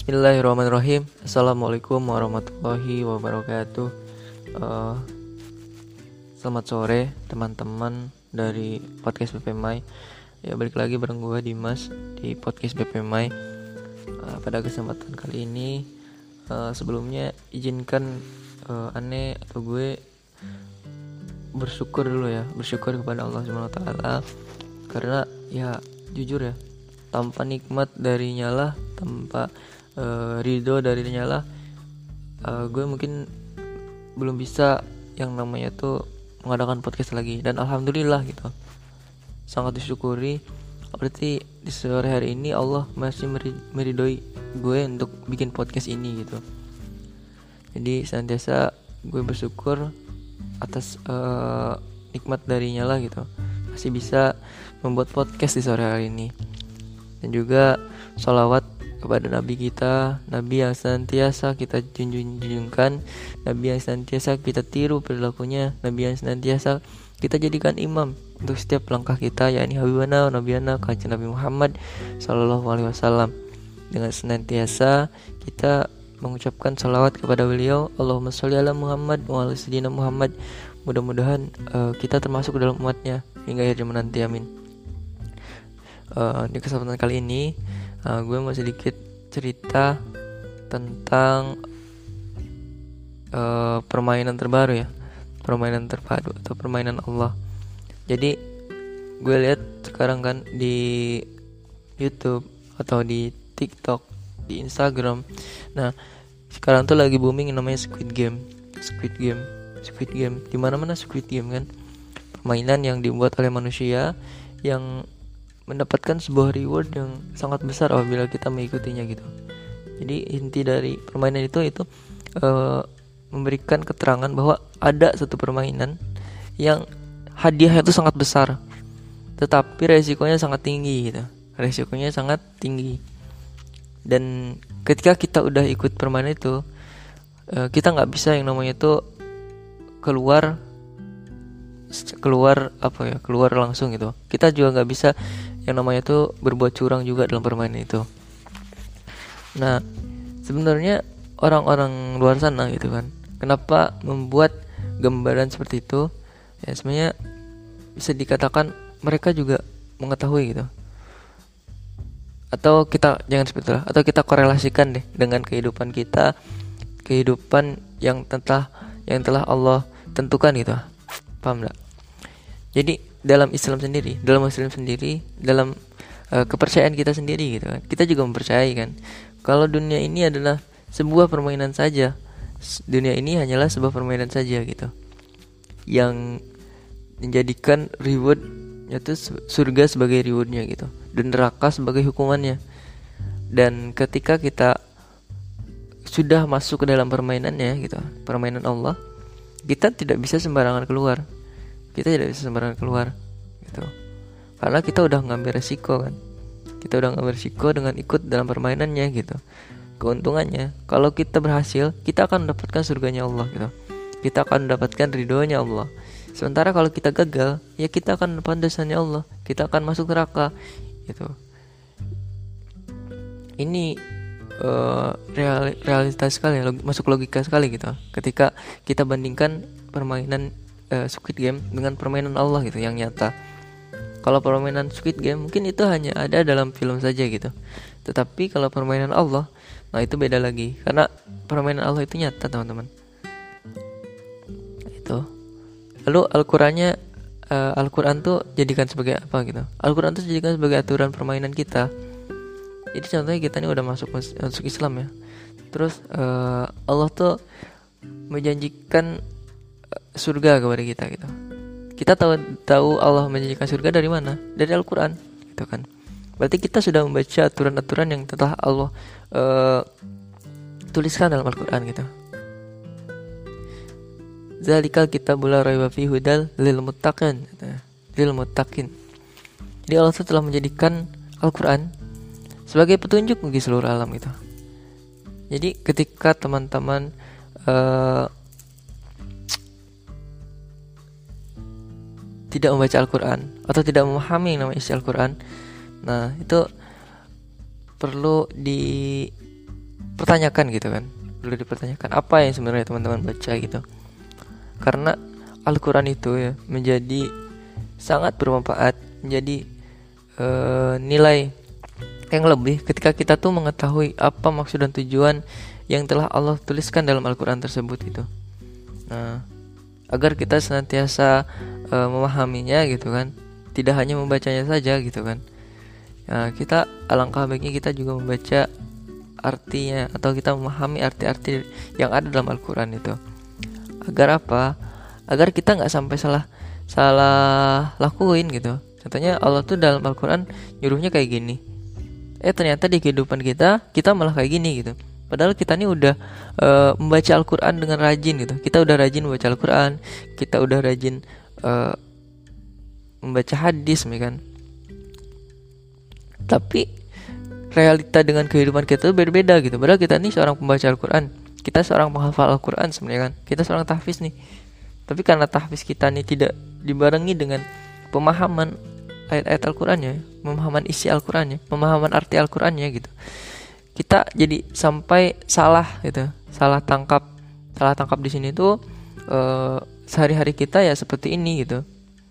Bismillahirrahmanirrahim. Assalamualaikum warahmatullahi wabarakatuh. Selamat sore teman-teman dari podcast BPMI. Ya, balik lagi bareng gue Dimas di podcast BPMI. Pada kesempatan kali ini, sebelumnya izinkan ane atau gue bersyukur dulu ya, bersyukur kepada Allah SWT. Karena ya jujur ya, tanpa nikmat darinya lah, tanpa ridho darinya lah, gue mungkin belum bisa yang namanya tuh mengadakan podcast lagi. Dan alhamdulillah gitu, sangat disyukuri. Berarti di sore hari ini Allah masih meridhoi gue untuk bikin podcast ini gitu. Jadi senantiasa gue bersyukur atas nikmat darinya lah gitu, masih bisa membuat podcast di sore hari ini. Dan juga sholawat kepada Nabi kita, Nabi yang senantiasa kita junjungkan, Nabi yang senantiasa kita tiru perilakunya, Nabi yang senantiasa kita jadikan imam untuk setiap langkah kita, yakni Habibana wa Nabiyana Kanjeng Nabi Muhammad Sallallahu Alaihi Wasallam. Dengan senantiasa kita mengucapkan salawat kepada beliau, Allahumma sholli ala Muhammad wa ala sayyidina Muhammad. Mudah-mudahan kita termasuk dalam umatnya hingga akhir zaman nanti, amin. Di kesempatan kali ini gue mau sedikit cerita tentang permainan terbaru ya, permainan terpadu atau permainan Allah. Jadi gue lihat sekarang kan di YouTube atau di TikTok, di Instagram. Nah, sekarang tuh lagi booming namanya Squid Game. Di mana-mana Squid Game kan. Permainan yang dibuat oleh manusia yang mendapatkan sebuah reward yang sangat besar apabila kita mengikutinya gitu. Jadi inti dari permainan itu memberikan keterangan bahwa ada satu permainan yang hadiah itu sangat besar, tetapi resikonya sangat tinggi gitu. Resikonya sangat tinggi. Dan ketika kita udah ikut permainan itu, kita nggak bisa yang namanya itu keluar langsung gitu. Kita juga nggak bisa yang namanya itu berbuat curang juga dalam permainan itu. Nah, sebenarnya orang-orang luar sana gitu kan, kenapa membuat gambaran seperti itu? Ya sebenarnya bisa dikatakan mereka juga mengetahui gitu. Atau kita jangan seperti itu lah, atau kita korelasikan deh dengan kehidupan kita, kehidupan yang telah Allah tentukan gitu. Paham enggak? Jadi dalam Islam sendiri, dalam Muslim sendiri, dalam kepercayaan kita sendiri gitu kan, kita juga mempercayai kan kalau dunia ini adalah sebuah permainan saja. Dunia ini hanyalah sebuah permainan saja gitu, yang menjadikan reward yaitu surga sebagai rewardnya gitu, dan neraka sebagai hukumannya. Dan ketika kita sudah masuk ke dalam permainannya gitu, permainan Allah, kita tidak bisa sembarangan keluar. Kita tidak bisa sembarangan keluar gitu. Karena kita udah ngambil resiko kan. Kita udah ngambil resiko dengan ikut dalam permainannya gitu. Keuntungannya, kalau kita berhasil, kita akan mendapatkan surganya Allah gitu. Kita akan mendapatkan ridhonya Allah. Sementara kalau kita gagal, ya kita akan mendapatkan dosanya Allah. Kita akan masuk neraka gitu. Ini realitas sekali, masuk logika sekali gitu. Ketika kita bandingkan permainan Squid Game dengan permainan Allah gitu yang nyata. Kalau permainan Squid Game mungkin itu hanya ada dalam film saja gitu. Tetapi kalau permainan Allah, nah itu beda lagi. Karena permainan Allah itu nyata, teman-teman. Itu. Lalu Al-Quran tuh jadikan sebagai apa gitu? Al-Quran tuh jadikan sebagai aturan permainan kita. Jadi contohnya kita ini udah masuk Islam ya. Terus Allah tuh menjanjikan surga kepada kita gitu. Kita tahu Allah menjanjikan surga dari mana? Dari Al-Quran gitu kan. Berarti kita sudah membaca aturan-aturan yang telah Allah tuliskan dalam Al-Quran gitu. Zalikal kitabul la raiba fihi hudal lil muttaqin. Jadi Allah telah menjadikan Al-Quran sebagai petunjuk bagi seluruh alam gitu. Jadi ketika teman-teman tidak membaca Al-Quran atau tidak memahami nama isi Al-Quran, nah itu perlu dipertanyakan gitu kan, perlu dipertanyakan apa yang sebenarnya teman-teman baca gitu. Karena Al-Quran itu ya menjadi sangat bermanfaat, menjadi nilai yang lebih ketika kita tuh mengetahui apa maksud dan tujuan yang telah Allah tuliskan dalam Al-Quran tersebut itu. Nah, agar kita senantiasa memahaminya gitu kan, tidak hanya membacanya saja gitu kan. Nah, kita alangkah baiknya kita juga membaca artinya atau kita memahami arti-arti yang ada dalam Al-Quran itu. Agar apa? Agar kita nggak sampai salah lakuin gitu. Contohnya Allah tuh dalam Al-Quran nyuruhnya kayak gini, ternyata di kehidupan kita malah kayak gini gitu. Padahal kita nih udah membaca Al-Quran dengan rajin gitu. Kita udah rajin membaca Al-Quran, kita udah rajin membaca hadis kan. Tapi realita dengan kehidupan kita tuh berbeda gitu. Padahal kita nih seorang pembaca Al-Quran, kita seorang penghafal Al-Quran sebenarnya kan. Kita seorang tahfiz nih. Tapi karena tahfiz kita nih tidak dibarengi dengan pemahaman ayat-ayat Al-Qurannya, pemahaman isi Al-Qurannya, pemahaman arti Al-Qurannya gitu, kita jadi sampai salah gitu, salah tangkap di sini tuh sehari-hari kita ya seperti ini gitu.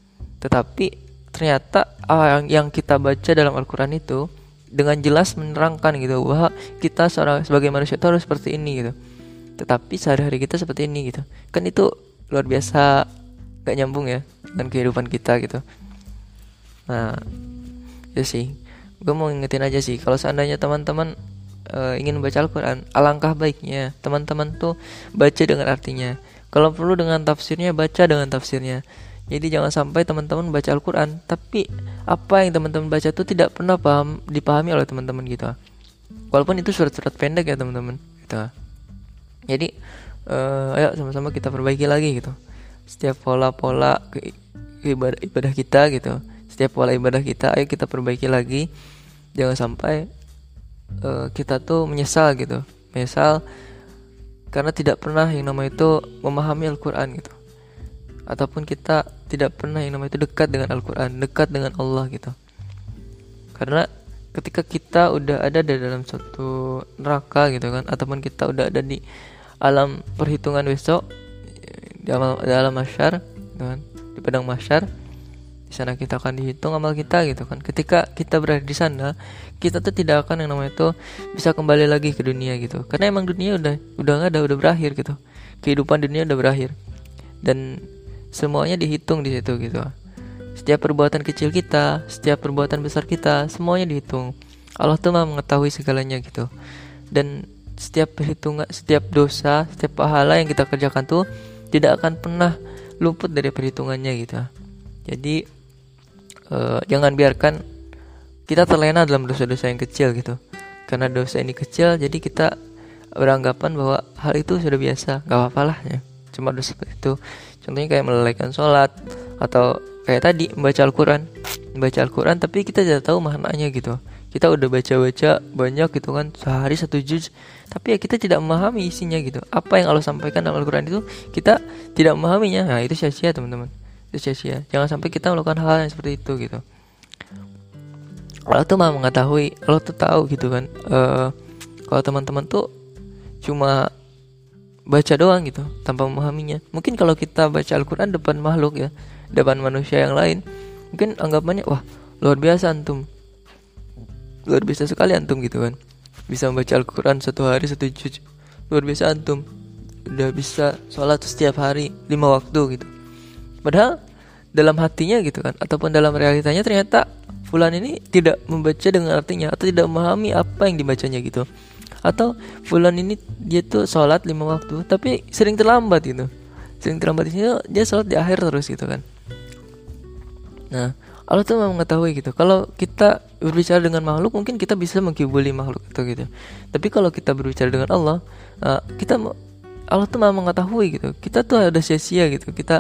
Tetapi ternyata yang kita baca dalam Al-Quran itu dengan jelas menerangkan gitu bahwa kita sebagai manusia itu harus seperti ini gitu. Tetapi sehari-hari kita seperti ini gitu. Kan itu luar biasa gak nyambung ya dengan kehidupan kita gitu. Nah, ya sih, gue mau ngingetin aja sih, kalau seandainya teman-teman ingin membaca Al-Quran, alangkah baiknya teman-teman tuh baca dengan artinya. Kalau perlu dengan tafsirnya, baca dengan tafsirnya. Jadi jangan sampai teman-teman baca Al-Quran, tapi apa yang teman-teman baca tuh tidak pernah dipahami oleh teman-teman gitu. Walaupun itu surat-surat pendek ya teman-teman gitu. Jadi ayo sama-sama kita perbaiki lagi gitu. Setiap pola-pola ibadah kita gitu, setiap pola ibadah kita ayo kita perbaiki lagi. Jangan sampai kita tuh menyesal gitu, menyesal karena tidak pernah yang namanya itu memahami Al-Quran gitu, ataupun kita tidak pernah yang namanya itu dekat dengan Al-Quran, dekat dengan Allah gitu. Karena ketika kita udah ada di dalam suatu neraka gitu kan, ataupun kita udah ada di alam perhitungan besok, di alam mahsyar gitu kan, di padang mahsyar, di sana kita akan dihitung amal kita gitu kan. Ketika kita berada di sana, kita tuh tidak akan yang namanya itu bisa kembali lagi ke dunia gitu. Karena emang dunia udah nggak ada, udah berakhir gitu. Kehidupan dunia udah berakhir dan semuanya dihitung di situ gitu. Setiap perbuatan kecil kita, setiap perbuatan besar kita, semuanya dihitung. Allah tuh Maha mengetahui segalanya gitu. Dan setiap perhitungan, setiap dosa, setiap pahala yang kita kerjakan tuh tidak akan pernah luput dari perhitungannya gitu. Jadi jangan biarkan kita terlena dalam dosa-dosa yang kecil gitu. Karena dosa ini kecil, jadi kita beranggapan bahwa hal itu sudah biasa, gak apa-apa lah ya, cuma dosa seperti itu. Contohnya kayak melalaikan sholat, atau kayak tadi membaca Al-Quran tapi kita tidak tahu maknanya gitu. Kita udah baca banyak gitu kan, sehari 1 juz, tapi ya kita tidak memahami isinya gitu. Apa yang Allah sampaikan dalam Al-Quran itu kita tidak memahaminya. Nah itu sia-sia teman-teman, itu sia-sia. Jangan sampai kita melakukan hal yang seperti itu gitu. Allah tuh Maha mengetahui, Allah tuh tahu gitu kan. Kalau teman-teman tuh cuma baca doang gitu tanpa memahaminya. Mungkin kalau kita baca Al-Quran depan makhluk ya, depan manusia yang lain, mungkin anggapannya wah luar biasa antum, luar biasa sekali antum gitu kan, bisa membaca Al-Quran 1 hari 1 juz, luar biasa antum, udah bisa sholat setiap hari 5 waktu gitu. Padahal dalam hatinya gitu kan, ataupun dalam realitanya ternyata fulan ini tidak membaca dengan artinya, atau tidak memahami apa yang dibacanya gitu. Atau fulan ini dia tuh sholat 5 waktu tapi sering terlambat gitu. Sering terlambat di sini dia sholat di akhir terus gitu kan. Nah, Allah tuh memang mengetahui gitu. Kalau kita berbicara dengan makhluk mungkin kita bisa mengkibuli makhluk itu gitu. Tapi kalau kita berbicara dengan Allah, Allah tuh memang mengetahui gitu. Kita tuh ada sia-sia gitu. Kita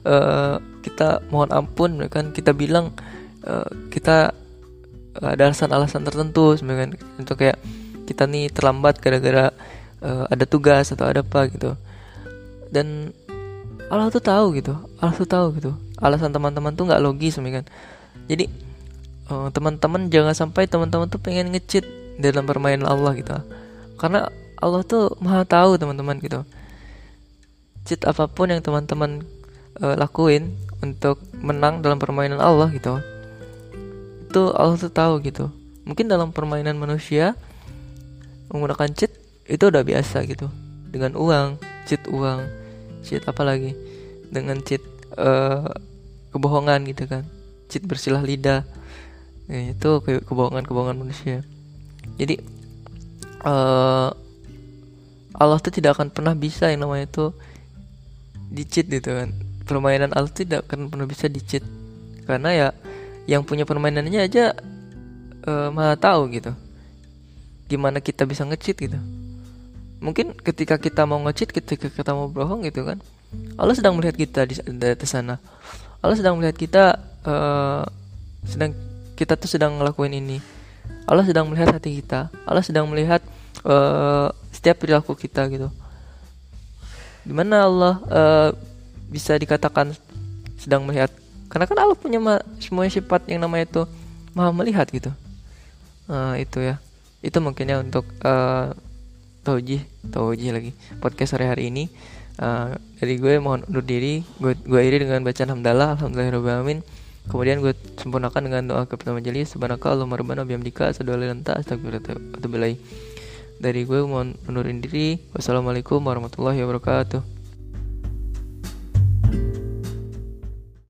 mohon ampun kan, kita bilang kita ada alasan-alasan tertentu sebenarnya kan, untuk kayak kita nih terlambat gara-gara ada tugas atau ada apa gitu. Dan Allah tuh tahu gitu. Alasan teman-teman tuh nggak logis kan. Jadi teman-teman jangan sampai teman-teman tuh pengen nge-cheat dalam permainan Allah gitu. Karena Allah tuh maha tahu teman-teman gitu. Cheat apapun yang teman-teman lakuin untuk menang dalam permainan Allah gitu, itu Allah tuh tahu gitu. Mungkin dalam permainan manusia menggunakan cheat itu udah biasa gitu, dengan uang, cheat apa lagi, dengan cheat kebohongan gitu kan, cheat bersilah lidah. Itu kebohongan manusia. Jadi Allah tuh tidak akan pernah bisa yang namanya itu di-cheat gitu kan. Permainan Allah tidak akan pernah bisa di-cheat, karena ya yang punya permainannya aja maha tahu gitu gimana kita bisa nge-cheat gitu. Mungkin ketika kita mau nge-cheat, ketika kita mau bohong gitu kan, Allah sedang melihat kita di sana. Allah sedang melihat kita kita tuh sedang ngelakuin ini. Allah sedang melihat hati kita. Allah sedang melihat setiap perilaku kita gitu. Dimana Allah bisa dikatakan sedang melihat? Karena kan Allah punya semua sifat yang namanya itu maha melihat gitu. Itu ya. Itu mungkin ya untuk taujih lagi podcast sore hari ini. Dari gue mohon undur diri. Gue iri dengan bacaan hamdalah, alhamdulillahirabbil alamin. Kemudian gue sempurnakan dengan doa kepada majelis. Subhanakallahumma rabbana bihamdika asyhadu an la ilaha illa anta astaghfiruka wa atubu ilaik. Dari gue mohon undur diri. Wassalamualaikum warahmatullahi wabarakatuh.